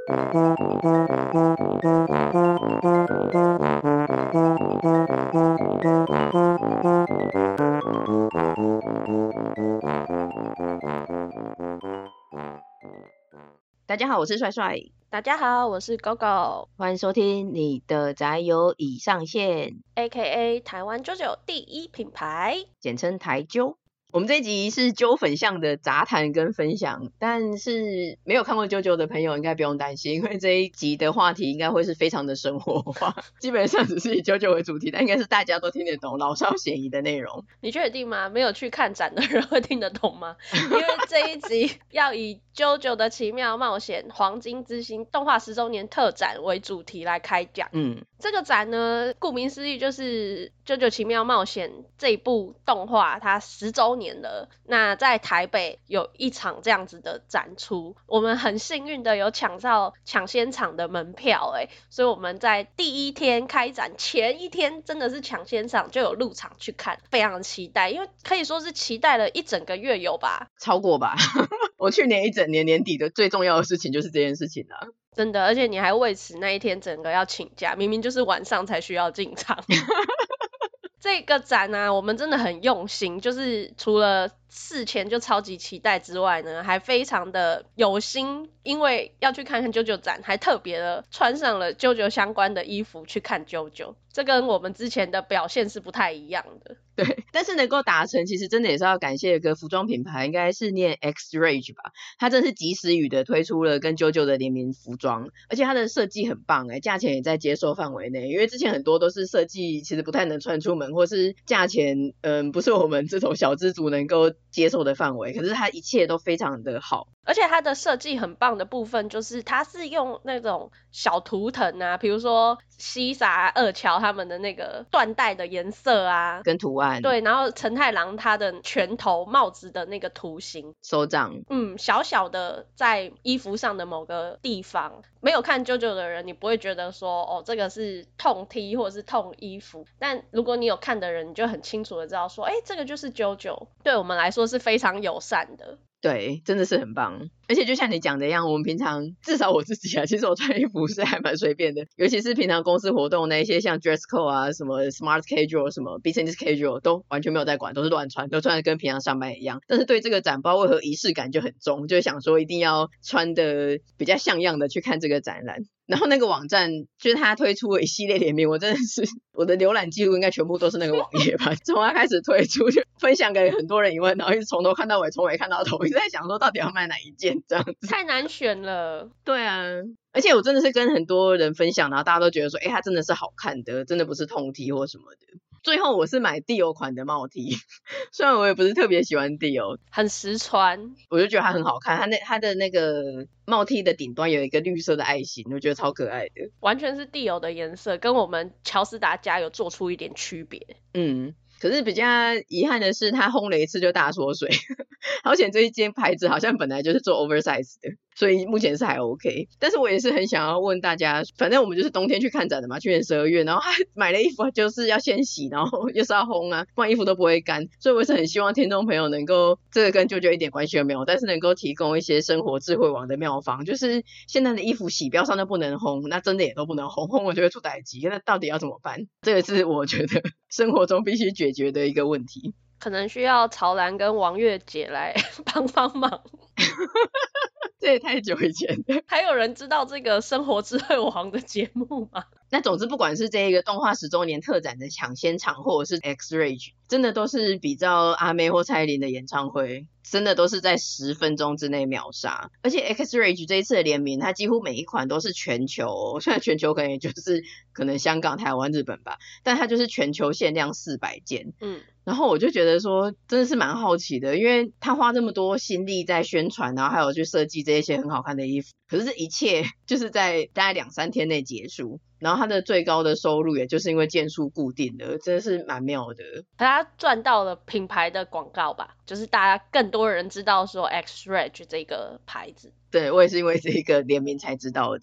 大家好，我是帅帅。 大家好，我是狗狗， 欢迎收听你的宅友已上线 AKA 台湾JoJo第一品牌， 简称台啾。我们这一集是啾粉向的杂谈跟分享，但是没有看过啾啾的朋友应该不用担心，因为这一集的话题应该会是非常的生活化，基本上只是以啾啾为主题，但应该是大家都听得懂老少咸宜的内容。 你确定吗？没有去看展的人会听得懂吗？因为这一集要以JoJo的奇妙冒险黄金之星动画10周年特展为主题来开讲。这个展呢，顾名思义就是JoJo奇妙冒险这一部动画它10周年了。那在台北有一场这样子的展出，我们很幸运的有抢到抢先场的门票所以我们在第一天开展前一天真的是抢先场就有入场去看，非常期待，因为可以说是期待了一整个月有吧， 超过吧我去年一整年年底的最重要的事情就是这件事情啦， 真的，而且你还为此那一天整个要请假，明明就是晚上才需要进场这个展啊，我们真的很用心，就是除了事前就超级期待之外呢，还非常的有心，因为要去看看JoJo展，还特别的穿上了JoJo相关的衣服去看JoJo，这跟我们之前的表现是不太一样的。 对，但是能够达成，其实真的也是要感谢一个服装品牌，应该是念 X-Rage 吧，它真是及时雨的推出了跟JoJo的联名服装，而且它的设计很棒价钱也在接受范围内，因为之前很多都是设计其实不太能穿出门，或是价钱不是我们这种小资族能够接受的范围，可是它一切都非常的好。 而且它的设计很棒的部分就是它是用那种小图腾啊，比如说西萨二乔他们的那个缎带的颜色啊跟图案， 对，然后承太郎他的拳头帽子的那个图形手掌小小的在衣服上的某个地方，没有看JoJo的人你不会觉得说这个是痛 T 或者是痛衣服，但如果你有看的人你就很清楚的知道说这个就是 JoJo， 对我们来说是非常友善的。 对，真的是很棒。而且就像你讲的一样，我们平常至少我自己其实我穿衣服是还蛮随便的，尤其是平常公司活动那一些像 dress code 啊，什么 smart casual 什么 business casual 都完全没有在管，都是乱穿，都穿的跟平常上班一样。但是对这个展不知道为何仪式感就很重，就想说一定要穿的比较像样的去看这个展览。然后那个网站就是他推出了一系列联名，我真的是我的浏览记录应该全部都是那个网页吧，从他开始推出就分享给很多人以外，然后一直从头看到尾，从尾看到头，一直在想说到底要买哪一件这样子， 太难选了。 对啊，而且我真的是跟很多人分享，然后大家都觉得说它真的是好看的，真的不是痛 T 或什么的。最后我是买 Dior 款的帽 T， 虽然我也不是特别喜欢 Dior， 很实穿， 我就觉得它很好看，它的那个帽 T 的顶端有一个绿色的爱心，我觉得超可爱的， 完全是 Dior 的颜色，跟我们乔斯达家有做出一点区别。 可是比较遗憾的是它烘了一次就大缩水好险这一间牌子好像本来就是做 oversize 的，所以目前是还 OK。 但是我也是很想要问大家，反正我们就是冬天去看展的嘛，去年12月，然后买了衣服就是要先洗，然后又是要烘啊，不然衣服都不会干，所以我是很希望听众朋友能够，这个跟JoJo一点关系都没有，但是能够提供一些生活智慧网的妙方，就是现在的衣服洗标上都不能烘，那真的也都不能烘我就会出代志，那到底要怎么办？这个是我觉得生活中必须解决的一个问题， 可能需要曹兰跟王月姐来帮忙这也太久以前了。 还有人知道这个生活智慧王的节目吗？ 那总之不管是这一个动画10周年特展的抢先场，或者是 X-Rage， 真的都是比照阿妹或蔡依林的演唱会，真的都是在10分钟之内秒杀。而且 X-Rage 这一次的联名，它几乎每一款都是全球虽然全球可能也就是可能香港、台湾、日本吧，但它就是全球限量400件。然后我就觉得说真的是蛮好奇的，因为他花这么多心力在宣传，然后还有去设计这一些很好看的衣服，可是这一切就是在大概2-3天内结束，然后他的最高的收入也就是因为件数固定的，真的是蛮妙的。 他赚到了品牌的广告吧，就是大家更多人知道说 X-Rage 这个牌子。 对，我也是因为这个联名才知道的。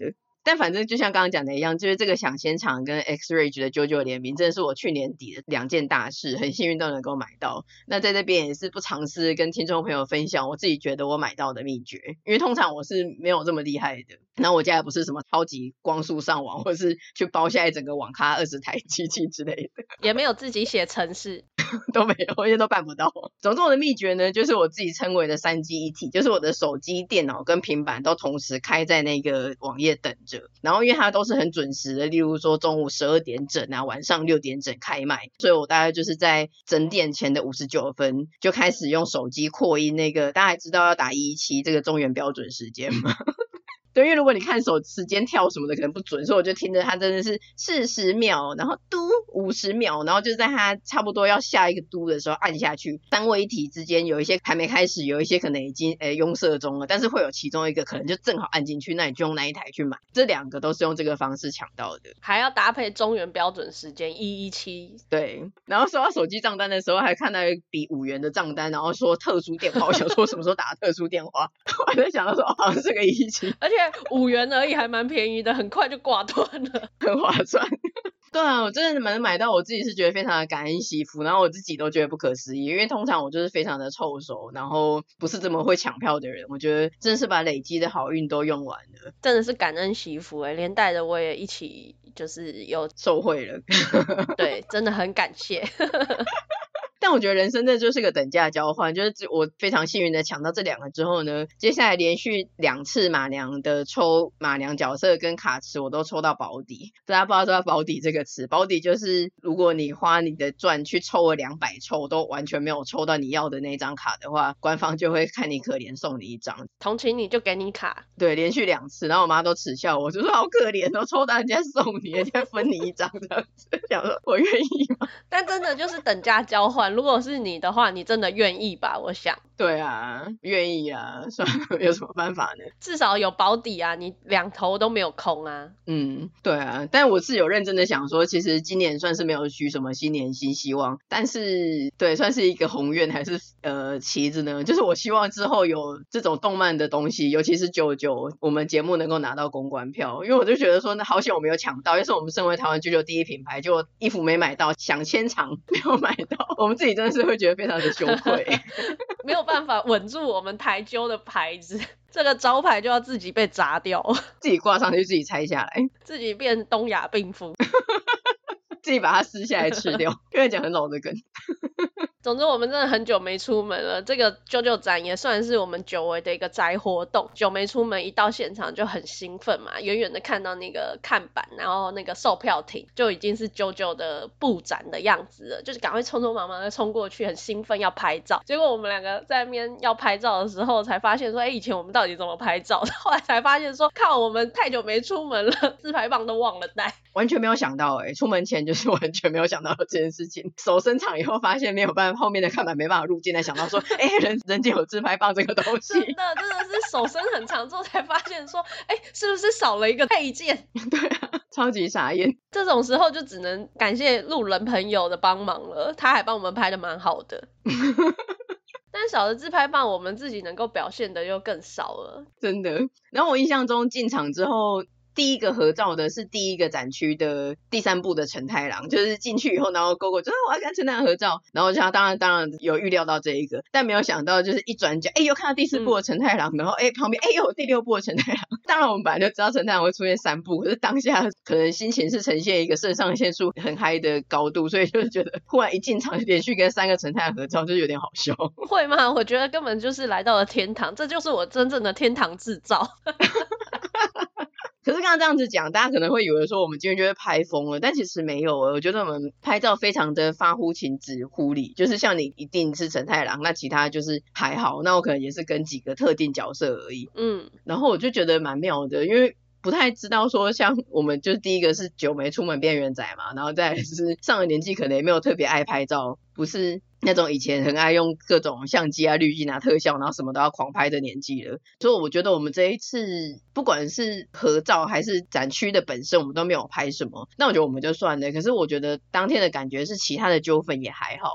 但反正就像刚刚讲的一样，就是这个享先场跟 X-Rage 的JoJo联名真的是我去年底的2件大事，很幸运都能够买到。那在这边也是不尝试跟听众朋友分享我自己觉得我买到的秘诀，因为通常我是没有这么厉害的，然后我家也不是什么超级光速上网或是去包下一整个网咖20台机器之类的， 也没有自己写程式都没有，因为都办不到。总之我的秘诀呢，就是我自己称为的3机一体，就是我的手机、电脑跟平板都同时开在那个网页等着，然后因为它都是很准时的，例如说中午12点整啊，晚上6点整开卖，所以我大概就是在整点前的59分就开始用手机扩音那个，大家还知道要打117这个中原标准时间吗？对，因为如果你看手时间跳什么的可能不准，所以我就听着它真的是40秒，然后嘟50秒，然后就在它差不多要下一个嘟的时候按下去。3位一体之间有一些还没开始，有一些可能已经拥塞中了，但是会有其中一个可能就正好按进去，那你就用那一台去买。这2个都是用这个方式抢到的， 还要搭配中原标准时间117。 对，然后收到手机账单的时候还看到一笔5元的账单，然后说特殊电话，我想说什么时候打特殊电话，我还在想到说好像是个117， 而且5元而已，还蛮便宜的，很快就挂断了， 很划算。对啊，我真的能买到，我自己是觉得非常的感恩惜福，然后我自己都觉得不可思议，因为通常我就是非常的臭手，然后不是这么会抢票的人，我觉得真的是把累积的好运都用完了， 真的是感恩惜福连带的我也一起就是有受惠了。 对，真的很感谢。 但我觉得人生这就是个等价交换，就是我非常幸运的抢到这2个之后呢，接下来连续2次马娘的抽马娘角色跟卡池我都抽到保底。大家不知道保底这个词，保底就是如果你花你的钻去抽了200抽都完全没有抽到你要的那张卡的话，官方就会看你可怜送你一张， 同情你就给你卡。 对，连续2次，然后我妈都耻笑我，就说好可怜哦，抽到人家送你，人家分你一张这样子，想说我愿意吗？ 但真的就是等价交换，如果是你的话，你真的愿意吧？我想。 对啊，愿意啊，算了，有什么办法呢？ 至少有保底啊，你2头都没有空啊。 对啊，但我是有认真的想说，其实今年算是没有许什么新年新希望，但是对，算是一个宏愿还是旗子呢？就是我希望之后有这种动漫的东西，尤其是JoJo，我们节目能够拿到公关票，因为我就觉得说，那好险我没有抢到，要是我们身为台湾JoJo第一品牌，就衣服没买到，想签场没有买到，我们自己真的是会觉得非常的羞愧。 没有办法稳住我们台揪的牌子，这个招牌就要自己被砸掉， 自己挂上去，自己拆下来， 自己变东亚病夫， 自己把它撕下来吃掉，因为讲很老的梗。 总之我们真的很久没出门了，这个JoJo展也算是我们久违的一个宅活动，久没出门，一到现场就很兴奋嘛，远远的看到那个看板，然后那个售票亭就已经是JoJo的布展的样子了，就是赶快匆匆忙忙的冲过去，很兴奋要拍照。结果我们2个在那边要拍照的时候才发现说，以前我们到底怎么拍照，后来才发现说，靠，我们太久没出门了，自拍棒都忘了带， 完全没有想到出门前就是完全没有想到这件事情，手伸长以后发现没有办法，后面的看板没办法入镜，才想到说人间有自拍棒这个东西，真的是手伸很长之后才发现说是不是少了一个配件。 对啊，超级傻眼。 这种时候就只能感谢路人朋友的帮忙了，他还帮我们拍的蛮好的。但少的自拍棒我们自己能够表现的又更少了，真的。 然后我印象中进场之后第一个合照的是第一个展区的第3部的承太郎，就是进去以后然后GoGo就说我要跟承太郎合照，然后他当然有预料到这一个，但没有想到就是一转角又看到第4部的承太郎，然后旁边又有第6部的承太郎。当然我们本来就知道承太郎会出现3部，可是当下可能心情是呈现一个肾上腺素很嗨的高度，所以就是觉得忽然一进场连续跟3个承太郎合照就有点好笑。 会吗？我觉得根本就是来到了天堂，这就是我真正的天堂制造。 可是刚刚这样子讲，大家可能会以为说我们今天就会拍疯了，但其实没有。我觉得我们拍照非常的发乎情止乎礼，就是像你一定是承太郎，那其他就是还好，那我可能也是跟几个特定角色而已。然后我就觉得蛮妙的，因为不太知道说像我们就是第一个是久没出门边缘仔嘛，然后再来是上了年纪可能也没有特别爱拍照，不是那种以前很爱用各种相机啊滤镜啊特效然后什么都要狂拍的年纪了，所以我觉得我们这一次不管是合照还是展区的本身我们都没有拍什么，那我觉得我们就算了。可是我觉得当天的感觉是其他的纠纷也还好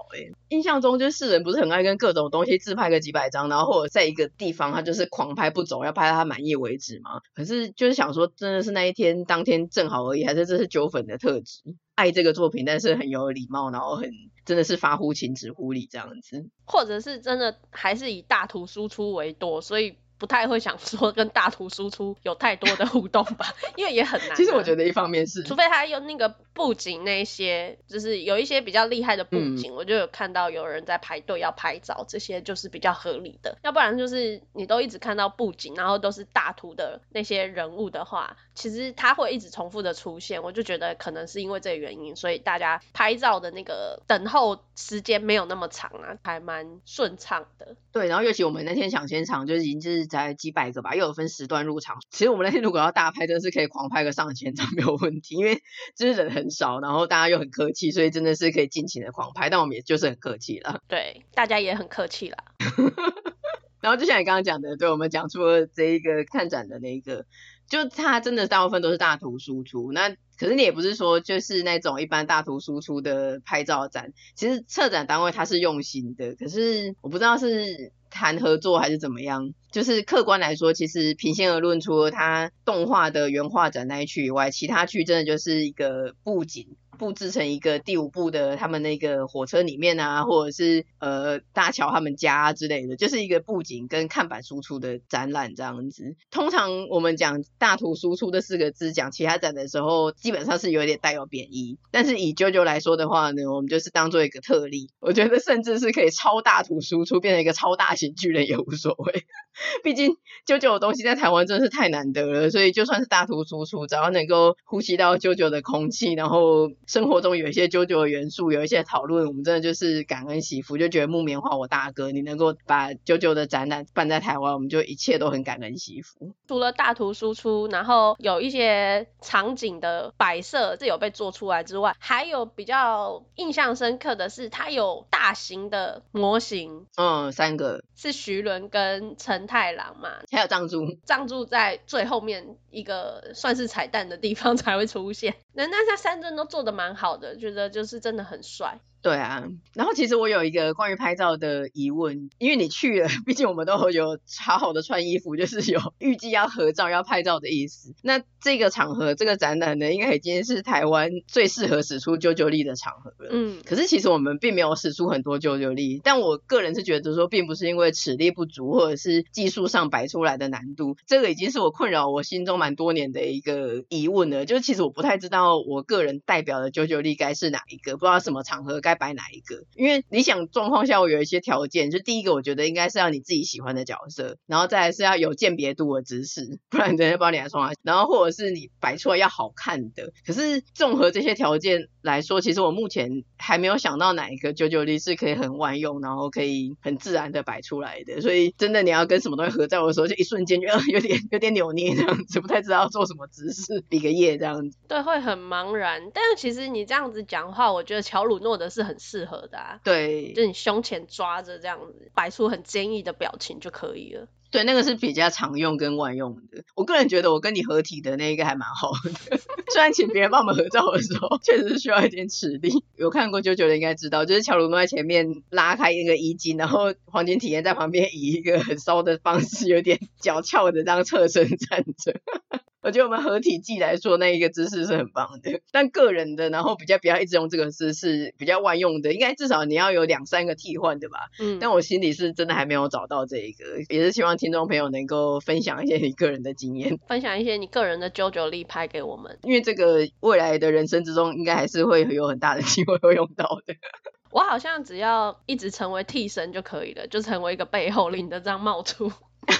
印象中就是世人不是很爱跟各种东西自拍个几百张，然后或者在一个地方他就是狂拍不走，要拍到他满意为止嘛。可是就是想说真的是那一天当天正好而已，还是这是九粉的特质，爱这个作品但是很有礼貌，然后很真的是发乎情止乎礼这样子， 或者是真的还是以大图输出为多，所以不太会想说跟大图输出有太多的互动吧，因为也很难。 其实我觉得一方面是， 除非他用那个布景那些，就是有一些比较厉害的布景，我就有看到有人在排队要拍照，这些就是比较合理的。要不然就是你都一直看到布景，然后都是大图的那些人物的话，其实他会一直重复的出现，我就觉得可能是因为这个原因，所以大家拍照的那个等候时间没有那么长啊，还蛮顺畅的。 对，然后尤其我们那天抢先场就已经是在几百个吧，又有分时段入场。其实我们那天如果要大拍，真的是可以狂拍个上千张没有问题，因为就是人很少，然后大家又很客气，所以真的是可以尽情的狂拍。但我们也就是很客气啦。 对，大家也很客气啦。 然后就像你刚刚讲的，对，我们讲出了这一个看展的那个，就它真的大部分都是大图输出。那可是你也不是说就是那种一般大图输出的拍照展，其实策展单位它是用心的，可是我不知道是谈合作还是怎么样，就是客观来说，其实平心而论，除了它动画的原画展那一区以外，其他区真的就是一个布景布置成一个第5部的他们那个火车里面啊，或者是大桥他们家啊之类的，就是一个布景跟看板输出的展览这样子。通常我们讲大图输出这4个字，讲其他展的时候基本上是有点带有贬义，但是以JoJo来说的话呢，我们就是当做一个特例，我觉得甚至是可以超大图输出变成一个超大型巨人也无所谓，毕竟JoJo的东西在台湾真的是太难得了，所以就算是大图输出，只要能够呼吸到JoJo的空气，然后生活中有一些JoJo的元素，有一些讨论，我们真的就是感恩惜福，就觉得木棉花我大哥你能够把JoJo的展览办在台湾，我们就一切都很感恩惜福。 除了大图输出，然后有一些场景的摆设是有被做出来之外，还有比较印象深刻的是它有大型的模型 ，3个是徐伦跟陈太郎嘛， 还有藏柱在最后面一个算是彩蛋的地方才会出现，那他3尊都做得蛮好的，觉得就是真的很帅。 对啊，然后其实我有一个关于拍照的疑问，因为你去了，毕竟我们都有好好的穿衣服，就是有预计要合照要拍照的意思。那这个场合这个展览呢，应该已经是台湾最适合使出JoJo力的场合了。可是其实我们并没有使出很多JoJo力，但我个人是觉得说并不是因为齿力不足或者是技术上摆出来的难度，这个已经是我困扰我心中蛮多年的一个疑问了，就是其实我不太知道我个人代表的JoJo力该是哪一个，不知道什么场合该摆哪一个。因为理想状况下我有一些条件，就第一个我觉得应该是要你自己喜欢的角色，然后再来是要有鉴别度的知识，不然人家不知道你来冲哪，然后或者是你摆出来要好看的。可是综合这些条件来说，其实我目前还没有想到哪一个JoJo力是可以很万用，然后可以很自然的摆出来的。所以真的你要跟什么东西合照的时候，就一瞬间就有点扭捏这样子，不太知道要做什么姿势，比个耶这样子。 对，会很茫然。但是其实你这样子讲话，我觉得乔鲁诺的是很适合的啊。 对， 就你胸前抓着这样子，摆出很坚毅的表情就可以了。 对，那个是比较常用跟万用的。我个人觉得我跟你合体的那个还蛮好的，虽然请别人帮我们合照的时候确实是需要一点齿力。有看过JoJo的应该知道，就是乔鲁诺在前面拉开一个衣襟，然后黄金体验在旁边以一个很骚的方式，有点脚翘的这样侧身站着。我觉得我们合体技来说那一个姿势是很棒的，但个人的然后比较不要一直用这个姿势比较万用的，应该至少你要有2-3个替换的吧。但我心里是真的还没有找到这一个，也是希望听众朋友能够分享一些你个人的经验， 分享一些你个人的JoJo力拍给我们， 因为这个未来的人生之中应该还是会有很大的机会会用到的。 我好像只要一直成为替身就可以了，就成为一个背后领的这样冒出。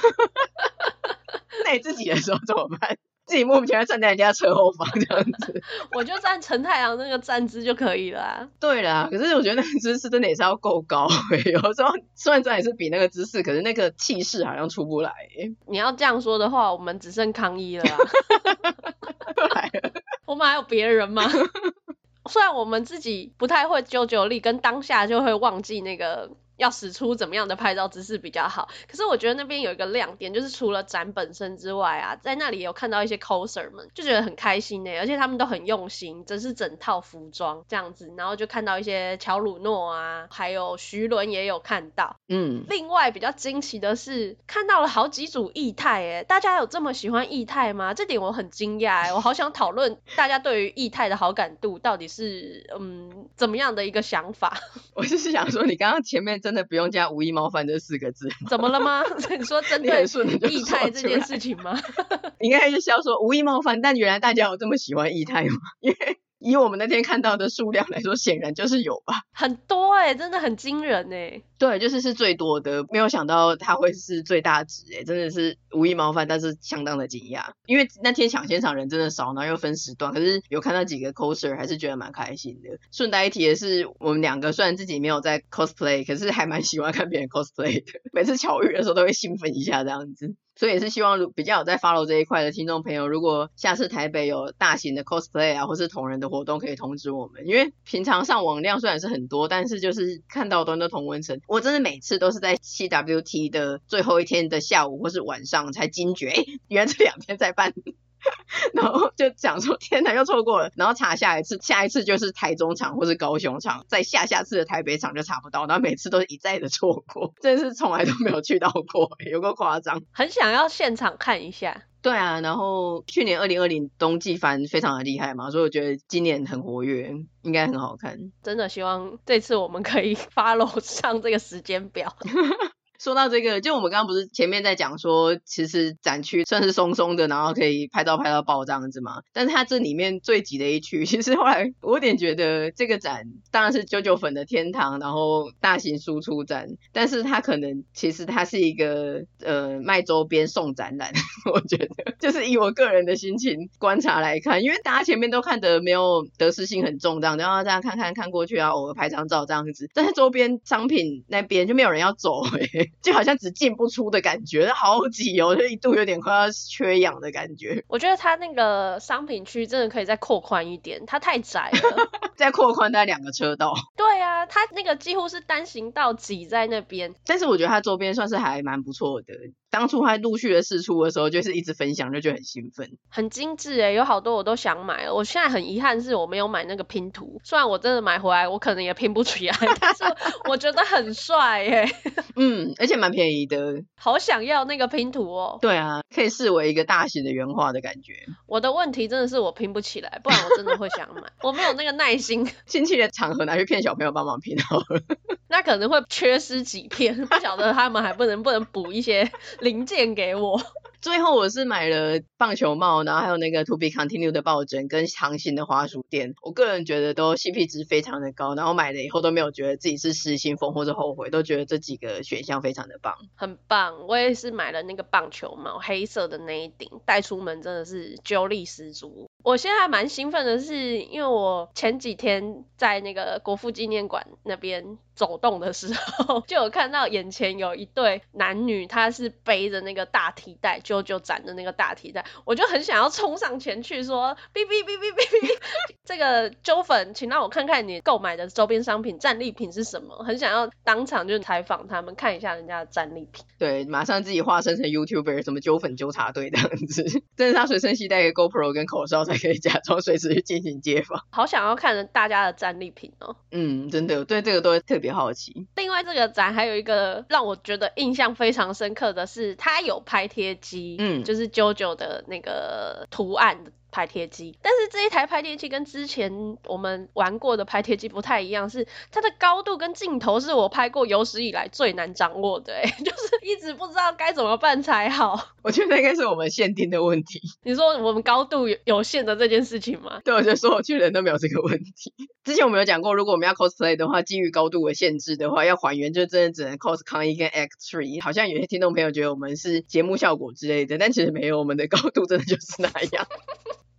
那你自己的时候怎么办？自己莫名其妙站在人家车后方这样子。 我就站陈太阳那个站姿就可以了啊。 对啦，可是我觉得那个姿势真的也是要够高有时候虽然这也是比那个姿势，可是那个气势好像出不来你要这样说的话，我们只剩康一了啊。我们还有别人吗？虽然我们自己不太会JoJo力，跟当下就会忘记那个要使出怎么样的拍照姿势比较好。可是我觉得那边有一个亮点，就是除了展本身之外啊，在那里有看到一些 coser 们，就觉得很开心而且他们都很用心，这是整套服装这样子，然后就看到一些乔鲁诺啊，还有徐伦也有看到。另外比较惊奇的是看到了好几组液态大家有这么喜欢液态吗？这点我很惊讶我好想讨论大家对于液态的好感度到底是怎么样的一个想法。 我就是想说你刚刚前面真的不用加无意冒犯这4个字。 怎么了吗？你说针对液态这件事情吗？ 应该就是要说无意冒犯，但原来大家有这么喜欢液态吗？因为以我们那天看到的数量来说，显然就是有吧。 很多真的很惊人对，就是最多的，没有想到它会是最大值真的是无意冒犯，但是相当的惊讶。因为那天抢先场人真的少，然后又分时段，可是有看到几个 coser 还是觉得蛮开心的。顺带一提的是，我们2个虽然自己没有在 cosplay， 可是还蛮喜欢看别人 cosplay 的，每次巧遇的时候都会兴奋一下这样子。所以也是希望比较有在 follow 这一块的听众朋友，如果下次台北有大型的 cosplay 啊或是同人的活动，可以通知我们。因为平常上网量虽然是很多，但是就是看到的都同温层，我真的每次都是在 CWT 的最后一天的下午或是晚上才惊觉原来这2天在办然后就想说天哪又错过了，然后查下一次就是台中场或是高雄场，再下次的台北场就查不到，然后每次都是一再的错过，真的是从来都没有去到过有够夸张， 很想要现场看一下。 对啊，然后去年2020冬季番非常的厉害嘛，所以我觉得今年很活跃，应该很好看。 真的希望这次我们可以 follow 上这个时间表说到这个，就我们刚刚不是前面在讲说其实展区算是松松的，然后可以拍照拍到爆这样子嘛，但是它这里面最挤的一区，其实后来我有点觉得这个展当然是JoJo粉的天堂，然后大型输出展，但是它可能其实它是一个卖周边送展览我觉得就是以我个人的心情观察来看，因为大家前面都看得没有得失心很重这样，然后这样看过去，然后偶尔拍张照这样子，但是周边商品那边就没有人要走就好像只进不出的感觉，好挤就一度有点快要缺氧的感觉。 我觉得它那个商品区真的可以再扩宽一点，它太窄了再扩宽大概2个车道。 对啊，它那个几乎是单行道挤在那边， 但是我觉得它周边算是还蛮不错的，当初它陆续的释出的时候就是一直分享，就觉得很兴奋， 很精致有好多我都想买了。我现在很遗憾是我没有买那个拼图，虽然我真的买回来我可能也拼不起来但是我觉得很帅而且蛮便宜的， 好想要那个拼图对啊，可以视为一个大型的原画的感觉。 我的问题真的是我拼不起来，不然我真的会想买我没有那个耐心亲戚的场合拿去骗小朋友帮忙拼好了那可能会缺失几片，不晓得他们还不能补一些零件给我最后我是买了棒球帽，然后还有那个 To Be Continued 的抱枕跟长形的滑鼠垫，我个人觉得都 CP 值非常的高，然后买了以后都没有觉得自己是失心疯或者后悔，都觉得这几个选项非常的棒， 很棒。我也是买了那个棒球帽，黑色的那一顶，带出门真的是揪力十足。我现在还蛮兴奋的是，因为我前几天在那个国父纪念馆那边走动的时候就有看到眼前有一对男女，他是背着那个大提袋，JoJo展的那个大提袋，我就很想要冲上前去说哔哔哔哔哔哔这个JoJo粉请让我看看你购买的周边商品战利品是什么，很想要当场就采访他们，看一下人家的战利品。 对，马上自己化身成 YouTuber 什么纠粉纠察队这样子，但是他随身携带一个 GoPro 跟口哨才可以假装随时去进行街访， 好想要看大家的战利品真的对这个都会特别好奇。 另外这个展还有一个让我觉得印象非常深刻的是，它有拍贴机就是 JoJo 的那个图案的拍贴机，但是这一台拍贴机跟之前我们玩过的拍贴机不太一样，是它的高度跟镜头是我拍过有史以来最难掌握的就是一直不知道该怎么办才好。 我觉得应该是我们限定的问题。 你说我们高度有限的这件事情吗？ 对，我觉得所有去人都没有这个问题。之前我们有讲过，如果我们要 cosplay 的话，基于高度的限制的话，要还原就真的只能 cos Con1跟 X3， 好像有些听众朋友觉得我们是节目效果之类的，但其实没有，我们的高度真的就是那样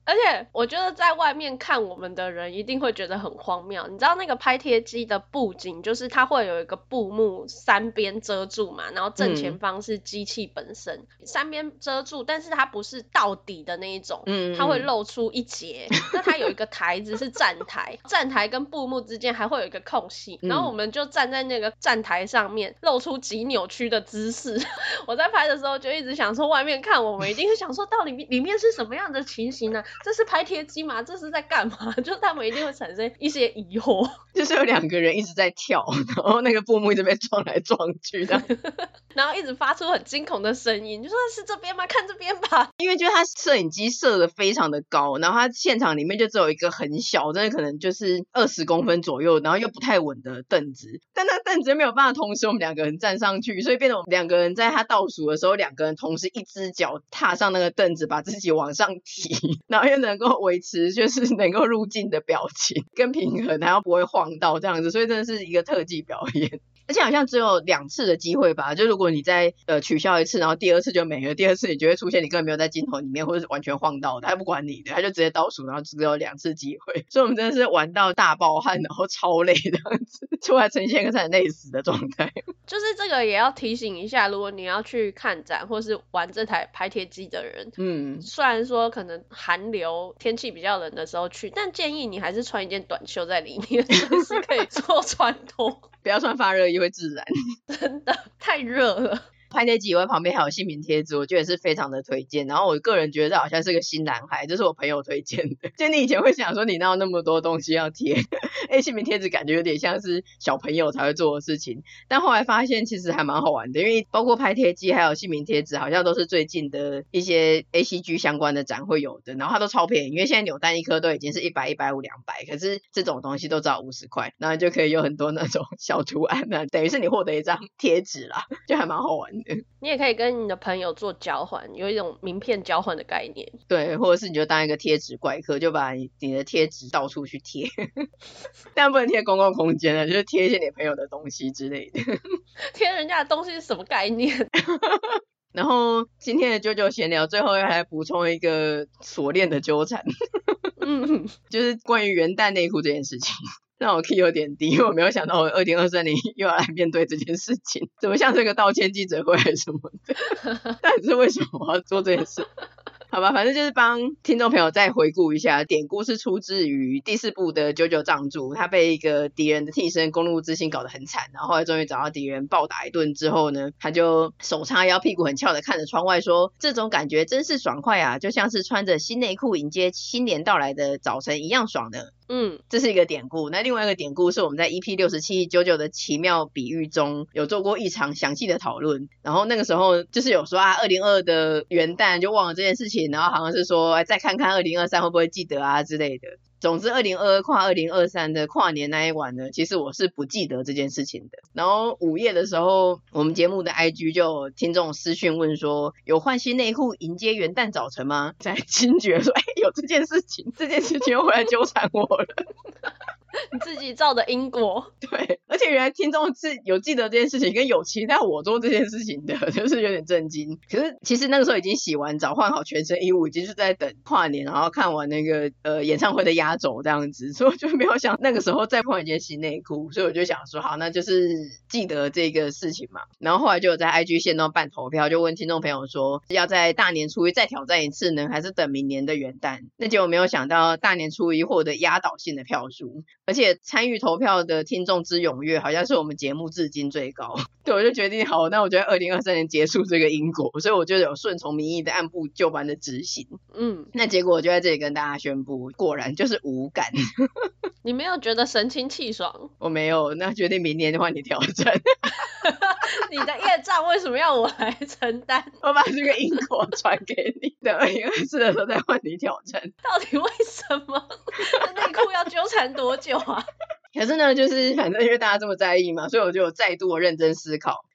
而且我觉得在外面看我们的人一定会觉得很荒谬。你知道那个拍贴机的布景就是它会有一个布幕三边遮住嘛，然后正前方是机器本身，三边遮住，但是它不是到底的那一种，它会露出一截。那它有一个台子是站台，站台跟布幕之间还会有一个空隙，然后我们就站在那个站台上面，露出极扭曲的姿势。我在拍的时候就一直想说，外面看我们一定是想说，到底里面是什么样的情形呢？这是拍贴机吗？这是在干嘛？就他们一定会产生一些疑惑。 就是有2个人一直在跳，然后那个布幕一直被撞来撞去的， 然后一直发出很惊恐的声音，就说是这边吗？看这边吧。 因为就是他摄影机设的非常的高，然后他现场里面就只有一个很小，真的可能就是20公分左右，然后又不太稳的凳子，但那凳子又没有办法同时我们2个人站上去，所以变成我们2个人在他倒数的时候，2个人同时一只脚踏上那个凳子，把自己往上提，然后又能够维持就是能够入镜的表情跟平衡，还要不会晃到这样子，所以真的是一个特技表演。而且好像只有2次的机会吧，就如果你再取消1次，然后第2次就没了，第2次你就会出现你根本没有在镜头里面，或者是完全晃到的，他不管你的，他就直接倒数，然后只有2次机会，所以我们真的是玩到大爆汗，然后超累这样子，出来呈现一个很累死的状态。 就是这个也要提醒一下，如果你要去看展或是玩这台拍贴机的人，虽然说可能寒流天气比较冷的时候去，但建议你还是穿一件短袖在里面，是可以做穿脱。 不要穿发热衣会自燃， 真的太热了。 拍贴机以外旁边还有姓名贴纸，我觉得是非常的推荐，然后我个人觉得好像是个新男孩，这是我朋友推荐的，就你以前会想说你哪有那么多东西要贴姓名贴纸感觉有点像是小朋友才会做的事情，但后来发现其实还蛮好玩的，因为包括拍贴机还有姓名贴纸好像都是最近的一些 ACG 相关的展会有的，然后它都超便宜，因为现在扭蛋1颗都已经是100、150、200，可是这种东西都只要50块，然后就可以有很多那种小图案啊，等于是你获得一张贴纸啦，就还蛮好玩的。 你也可以跟你的朋友做交换，有一种名片交换的概念。 对，或者是你就当一个贴纸怪客，就把你的贴纸到处去贴但不能贴公共空间了，就是贴一些你朋友的东西之类的贴人家的东西是什么概念然后今天的啾啾闲聊最后要来补充一个锁链的纠缠就是关于元旦内裤这件事情让我 key 有点低，因为我没有想到我2023年又要来面对这件事情，怎么像这个道歉记者会还是什么的到底是为什么我要做这件事好吧，反正就是帮听众朋友再回顾一下，典故是出自于第4部的九九藏柱，他被一个敌人的替身公路之心搞得很惨，然后后来终于找到敌人暴打一顿之后呢，他就手叉腰屁股很翘的看着窗外说，这种感觉真是爽快啊，就像是穿着新内裤迎接新年到来的早晨一样爽的。这是一个典故。那另外一个典故是我们在 EP67 九九的奇妙比喻中有做过一场详细的讨论，然后那个时候就是有说2022的元旦就忘了这件事情，然后好像是说再看看2023会不会记得啊之类的。总之2022跨2023的跨年那一晚呢，其实我是不记得这件事情的。然后午夜的时候我们节目的 IG 就有听众私讯问说，有换新内裤迎接元旦早晨吗？才惊觉说有这件事情又回来纠缠我了你自己造的因果。 对，而且原来听众是有记得这件事情跟有期待我做这件事情的，就是有点震惊。可是其实那个时候已经洗完澡换好全身衣物，已经是在等跨年然后看完那个演唱会的压轴这样子，所以我就没有想那个时候再换一件新内裤，所以我就想说好，那就是记得这个事情嘛。然后后来就有在 IG 限动办投票，就问听众朋友说要在大年初一再挑战一次呢，还是等明年的元旦。那结果没有想到大年初一获得压倒性的票数，而且参与投票的听众之踊跃好像是我们节目至今最高。对，我就决定好，那我觉得2023年结束这个因果，所以我就有顺从民意的按部就班的执行。那结果我就在这里跟大家宣布，果然就是无感你没有觉得神清气爽？ 我没有，那决定明年换你挑战你的业障为什么要我来承担？ 我把这个因果传给你，等2024的时候再换你挑战。 到底为什么？这内裤要纠缠多久啊？ 可是呢，就是反正因为大家这么在意嘛，所以我就有再度的认真思考。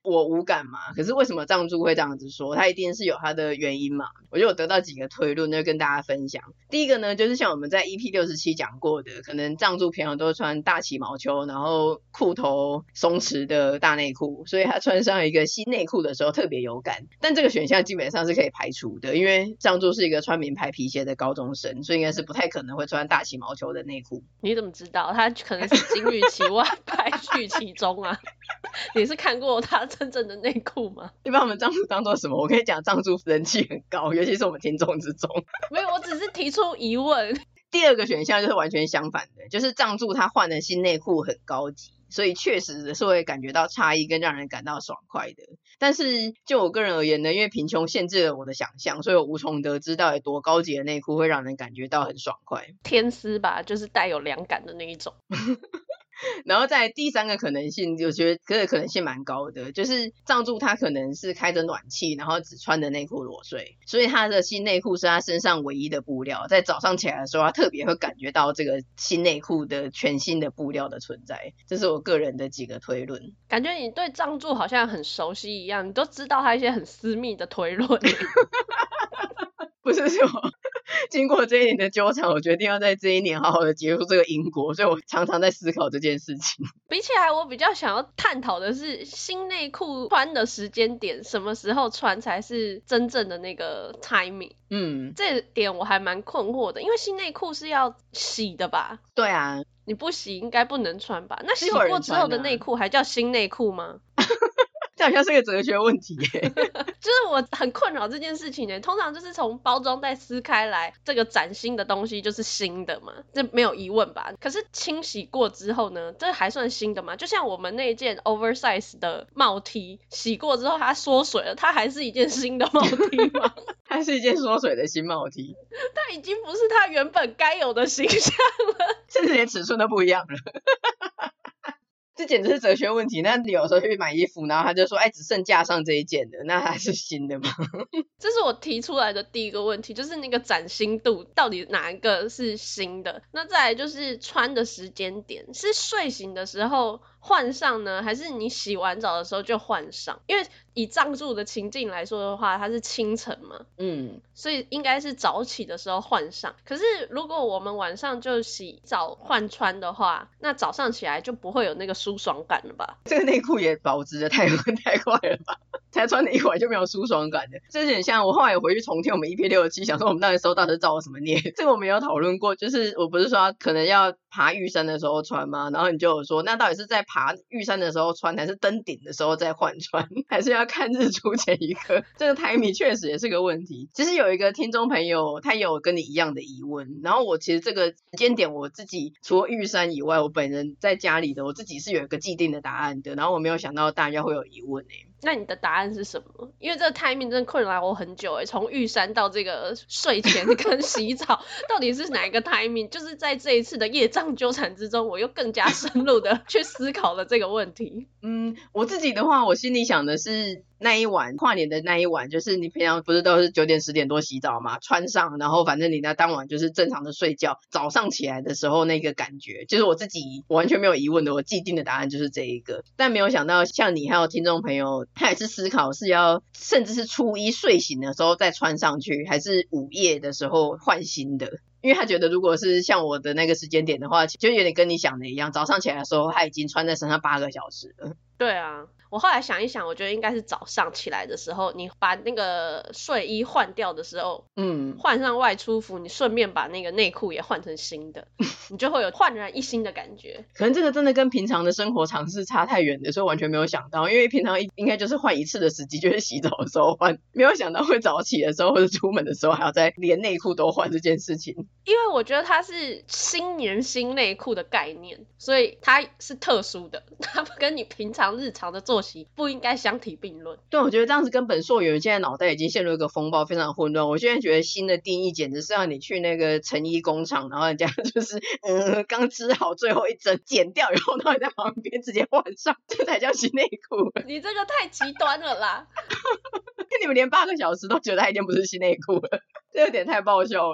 我无感嘛，可是为什么藏柱会这样子说？他一定是有他的原因嘛。我就有得到几个推论，就跟大家分享。第一个呢，就是像我们在 EP67 讲过的，可能藏柱平常都穿大旗毛球，然后裤头松弛的大内裤，所以他穿上一个新内裤的时候特别有感。但这个选项基本上是可以排除的，因为藏柱是一个穿名牌皮鞋的高中生，所以应该是不太可能会穿大旗毛球的内裤。 你怎么知道？他可能是金玉其外败絮其中啊。你是看过他真正的内裤吗？ 你把我们藏柱当做什么？我跟你讲，藏柱人气很高，尤其是我们听众之中。 没有，我只是提出疑问。 第二个选项就是完全相反的，就是藏柱他换的新内裤很高级，所以确实是会感觉到差异跟让人感到爽快的。但是就我个人而言呢，因为贫穷限制了我的想象，所以我无从得知到底多高级的内裤会让人感觉到很爽快。 天丝吧，就是带有凉感的那一种。 然后再第三个可能性，我觉得这个可能性蛮高的，就是藏柱他可能是开着暖气，然后只穿着内裤裸睡，所以他的新内裤是他身上唯一的布料，在早上起来的时候他特别会感觉到这个新内裤的全新的布料的存在。这是我个人的几个推论。 感觉你对藏柱好像很熟悉一样，你都知道他一些很私密的推论。 不是说经过这一年的纠缠，我决定要在这一年好好的结束这个因果，所以我常常在思考这件事情。 比起来我比较想要探讨的是新内裤穿的时间点，什么时候穿才是真正的那个 timing。这点我还蛮困惑的，因为新内裤是要洗的吧？ 对啊， 你不洗应该不能穿吧？那洗过之后的内裤还叫新内裤吗？ 这好像是个哲学问题耶。 就是我很困扰这件事情耶，通常就是从包装袋撕开来，这个崭新的东西就是新的嘛，这没有疑问吧？可是清洗过之后呢，这还算新的吗？就像我们那件 oversize 的帽 T， 洗过之后它缩水了，它还是一件新的帽 T 吗？ 它是一件缩水的新帽 T， 它已经不是它原本该有的形象了， 甚至连尺寸都不一样了。这简直是哲学问题。那你有时候去买衣服，然后他就说，哎，只剩架上这一件的，那还是新的吗？ 这是我提出来的第一个问题，就是那个崭新度到底哪一个是新的？那再来就是穿的时间点，是睡醒的时候换上呢，还是你洗完澡的时候就换上？因为以藏柱的情境来说的话，它是清晨嘛，所以应该是早起的时候换上。可是如果我们晚上就洗澡换穿的话，那早上起来就不会有那个舒爽感了吧？ 这个内裤也保值的太快了吧？才穿了一会儿就没有舒爽感的，这很像我后来回去重听我们 EP67，想说我们到底收到底是照我什么念？这个我们有讨论过，就是我不是说可能要爬玉山的时候穿吗？然后你就有说，那到底是在爬玉山的时候穿，还是登顶的时候再换穿，还是要看日出前一刻？这个 timing 确实也是个问题。其实有一个听众朋友，他也有跟你一样的疑问，然后我其实这个时间点我自己除了玉山以外，我本人在家里的我自己是有一个既定的答案的，然后我没有想到大家会有疑问那你的答案是什么？因为这个 timing 真的困扰我很久从玉山到这个睡前跟洗澡到底是哪一个 timing？ 就是在这一次的业障纠缠之中，我又更加深入的去思考了这个问题。 我自己的话，我心里想的是那一晚跨年的那一晚，就是你平常不是都是9点10点多洗澡嘛，穿上然后反正你那当晚就是正常的睡觉，早上起来的时候那个感觉，就是我自己完全没有疑问的，我既定的答案就是这一个。但没有想到像你还有听众朋友，他也是思考是要甚至是初一睡醒的时候再穿上去，还是午夜的时候换新的。因为他觉得如果是像我的那个时间点的话，就有点跟你想的一样，早上起来的时候他已经穿在身上8个小时了。 对啊，我后来想一想，我觉得应该是早上起来的时候，你把那个睡衣换掉的时候，换上外出服，你顺便把那个内裤也换成新的，你就会有焕然一新的感觉。 可能这个真的跟平常的生活常识差太远的，所以完全没有想到，因为平常应该就是换一次的时机，就是洗澡的时候换，没有想到会早起的时候或者出门的时候还要再连内裤都换这件事情。 因为我觉得它是新年新内裤的概念，所以它是特殊的，它跟你平常日常的作息不应该相提并论。 对，我觉得这样子根本溯源，现在脑袋已经陷入一个风暴，非常混乱。我现在觉得新的定义简直是让你去那个成衣工厂，然后人家就是刚织好最后一针剪掉以后，然后你在旁边直接换上，这才叫新内裤。 你这个太极端了啦。 你们连8个小时都觉得它已经不是新内裤了，这有点太爆笑了。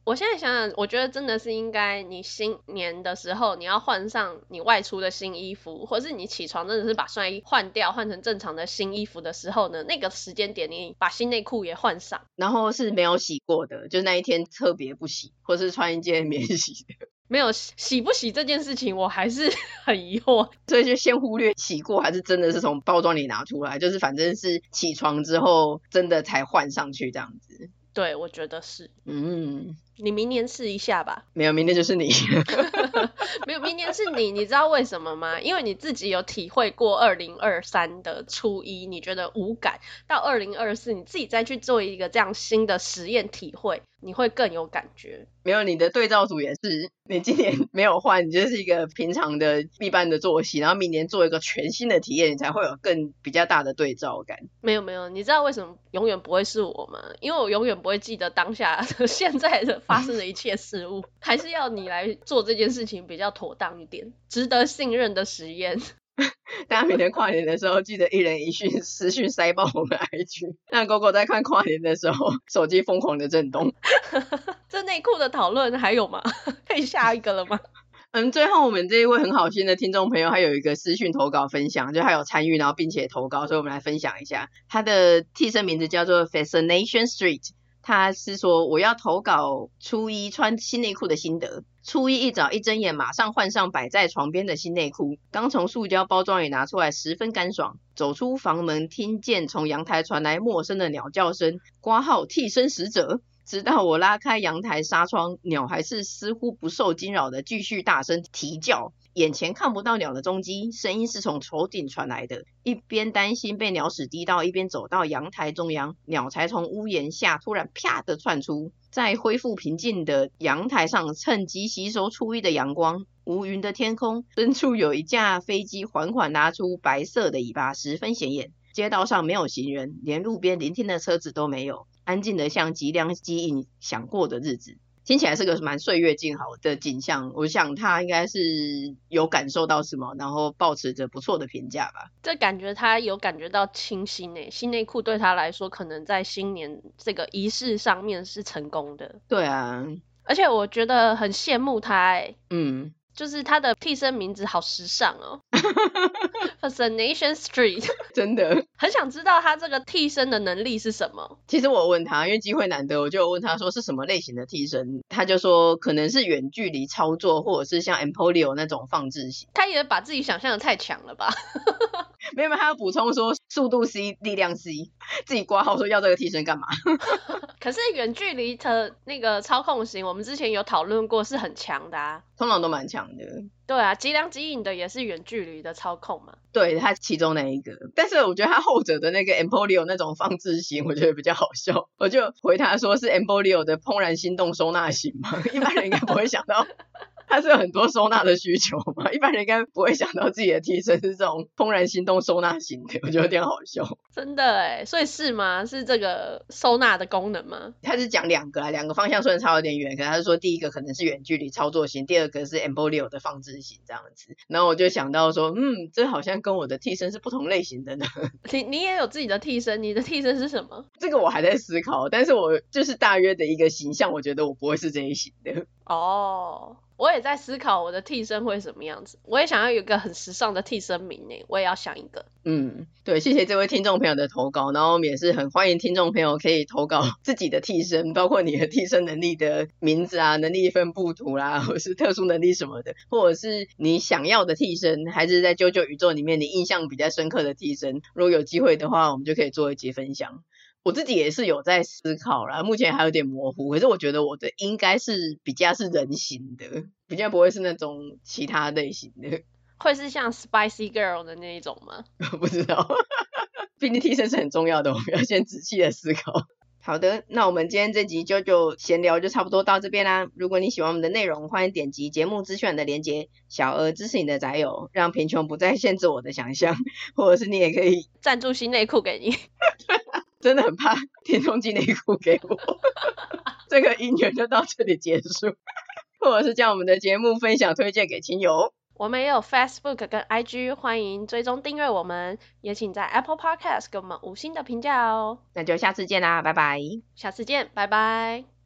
我现在想想，我觉得真的是应该你新年的时候你要换上你外出的新衣服，或是你起床真的是把睡衣换掉换成正常的新衣服的时候呢，那个时间点你把新内裤也换上， 然后是没有洗过的，就那一天特别不洗，或是穿一件免洗的。 没有洗不洗这件事情我还是很疑惑， 所以就先忽略洗过还是真的是从包装里拿出来，就是反正是起床之后真的才换上去这样子。 对，我觉得是。你明年试一下吧。 没有，明年就是你。 没有，明年是你。你知道为什么吗？因为你自己有体会过2023的初一你觉得无感，到2024你自己再去做一个这样新的实验体会，你会更有感觉。 没有，你的对照组也是，你今年没有换，你就是一个平常的一般的作息，然后明年做一个全新的体验，你才会有更比较大的对照感。 没有，你知道为什么永远不会是我吗？因为我永远不会记得当下现在的发生的一切事物，还是要你来做这件事情比较妥当一点，值得信任的实验。 大家明天跨年的时候记得一人一讯私讯塞爆我们 IG， 让狗狗在看跨年的时候手机疯狂的震动。 这内裤的讨论还有吗？可以下一个了吗？ 最后我们这一位很好心的听众朋友，他有一个私讯投稿分享，就他有参与然后并且投稿，所以我们来分享一下。他的替身名字叫做 Fascination Street， 他是说我要投稿初一穿新内裤的心得。初一一早一睁眼马上换上摆在床边的新内裤，刚从塑胶包装里拿出来十分干爽。走出房门听见从阳台传来陌生的鸟叫声，括号替身使者。直到我拉开阳台纱窗，鸟还是似乎不受惊扰的继续大声啼叫，眼前看不到鸟的踪迹，声音是从头顶传来的。一边担心被鸟屎滴到，一边走到阳台中央，鸟才从屋檐下突然啪的窜出，在恢复平静的阳台上趁机吸收初一的阳光。无云的天空深处有一架飞机缓缓拿出白色的尾巴，十分显眼。街道上没有行人，连路边聆听的车子都没有，安静的像即将机影想过的日子。听起来是个蛮岁月静好的景象，我想他应该是有感受到什么，然后抱持着不错的评价吧。 这感觉他有感觉到清新耶，新内裤对他来说可能在新年这个仪式上面是成功的。 对啊， 而且我觉得很羡慕他耶。就是他的替身名字好时尚哦。Fascination Street。 真的很想知道他这个替身的能力是什么。 其实我问他，因为机会难得，我就问他说是什么类型的替身，他就说可能是远距离操作，或者是像 Empoleon 那种放置型。 他也把自己想象的太强了吧。 没有，他要补充说速度 C 力量 C， 自己挂号说要这个替身干嘛。 可是远距离的那个操控型我们之前有讨论过，是很强的啊， 通常都蛮强的。 对啊，即良即影的也是远距离的操控嘛。 对，他其中那一个，但是我觉得他后者的那个 Empoleon 那种放置型我觉得比较好笑，我就回他说是 Empoleon 的怦然心动收纳型嘛，一般人应该不会想到他是有很多收纳的需求嘛，一般人应该不会想到自己的替身是这种怦然心动收纳型的，我觉得有点好笑。 真的耶，所以是吗？是这个收纳的功能吗？ 他是讲两个方向，虽然差有点远，可是他是说第一个可能是远距离操作型，第二个是 Empoleon 的放置型这样子。然后我就想到说这好像跟我的替身是不同类型的呢。 你也有自己的替身，你的替身是什么？ 这个我还在思考，但是我就是大约的一个形象，我觉得我不会是这一型的。 我也在思考我的替身会什么样子，我也想要有一个很时尚的替身名耶，我也要想一个。 对，谢谢这位听众朋友的投稿，然后我们也是很欢迎听众朋友可以投稿自己的替身，包括你的替身能力的名字啊、能力分布图啦，或是特殊能力什么的，或者是你想要的替身，还是在JoJo宇宙里面你印象比较深刻的替身，如果有机会的话我们就可以做一集分享。我自己也是有在思考啦，目前还有点模糊，可是我觉得我的应该是比较是人形的，比较不会是那种其他类型的。 会是像 Spicy Girl 的那一种吗？ 不知道。毕竟替身是很重要的，我们要先仔细的思考。好的，那我们今天这集就闲聊就差不多到这边啦。如果你喜欢我们的内容，欢迎点击节目资讯栏的连结，小额支持你的宅友，让贫穷不再限制我的想象，或者是你也可以赞助新内裤给你。 真的很怕听众寄内裤给我。这个姻缘就到这里结束。或者是将我们的节目分享推荐给亲友。 我们也有 Facebook 跟 IG， 欢迎追踪订阅我们，也请在 Apple Podcast 给我们5星的评价哦。 那就下次见啦，拜拜。 下次见，拜拜。